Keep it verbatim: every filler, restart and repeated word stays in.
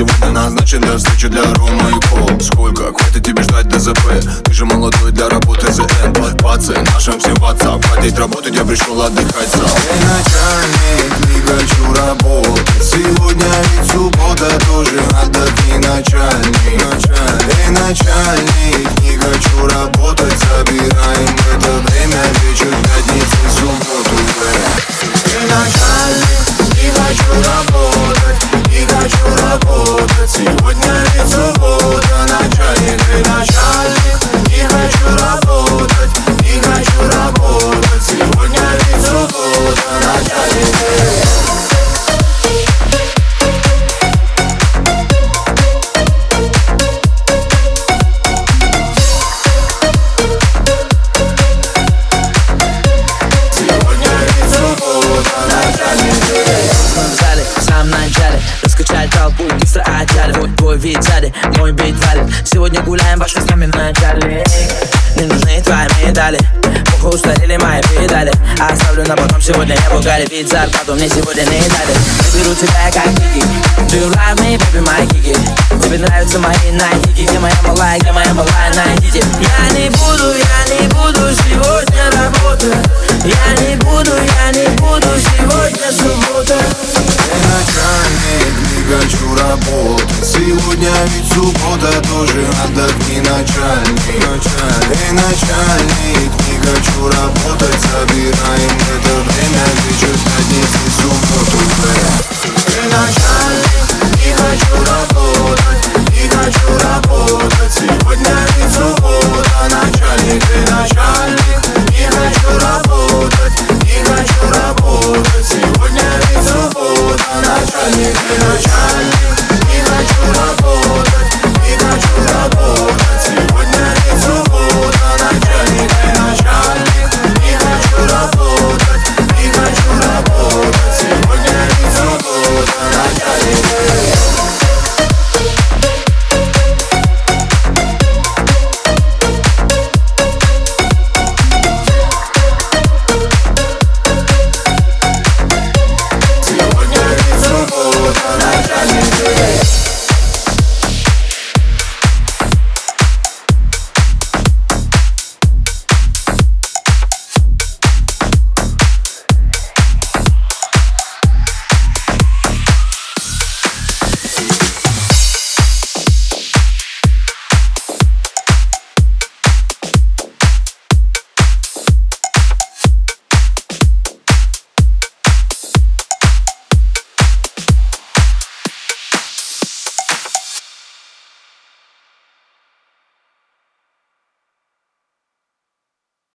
Сегодня назначен для встречи для Рома и Пол. Сколько? Хватит тебе ждать ДЗП. Ты же молодой для работы ЗН. Пацы, нашим всем в WhatsApp. Хватит работать, я пришел отдыхать сам. Эй, начальник, не хочу работать. Сегодня ведь суббота, тоже отдохни, начальник. Эй, начальник, не хочу работать. Забираем это время, вечер пятницы, субботу. Эй, начальник, не хочу работать, не хочу работать. Сегодня ведь суббота, начальник. Эй, начальник, не хочу работать, не хочу работать. Сегодня ведь суббота, начальник. Раскачать толпу, быстро отдали. Твой, твой вид сзади, мой бит валит. Сегодня гуляем, пошли с нами в начале. Не нужны твои медали, плохо устарели мои педали. Оставлю на потом, сегодня я бугали. Ведь зарплату мне сегодня не дали. Заберу тебя как кики. Do you love me, baby, my кики? Тебе нравятся мои найтики. Где моя малая, где моя малая, найдите. Я не буду, я не буду сегодня работать. Я не буду, я не буду, сегодня суббота. Эй, начальник, не хочу работать. Сегодня ведь суббота, тоже отдохни, начальник. Эй, начальник, не хочу работать.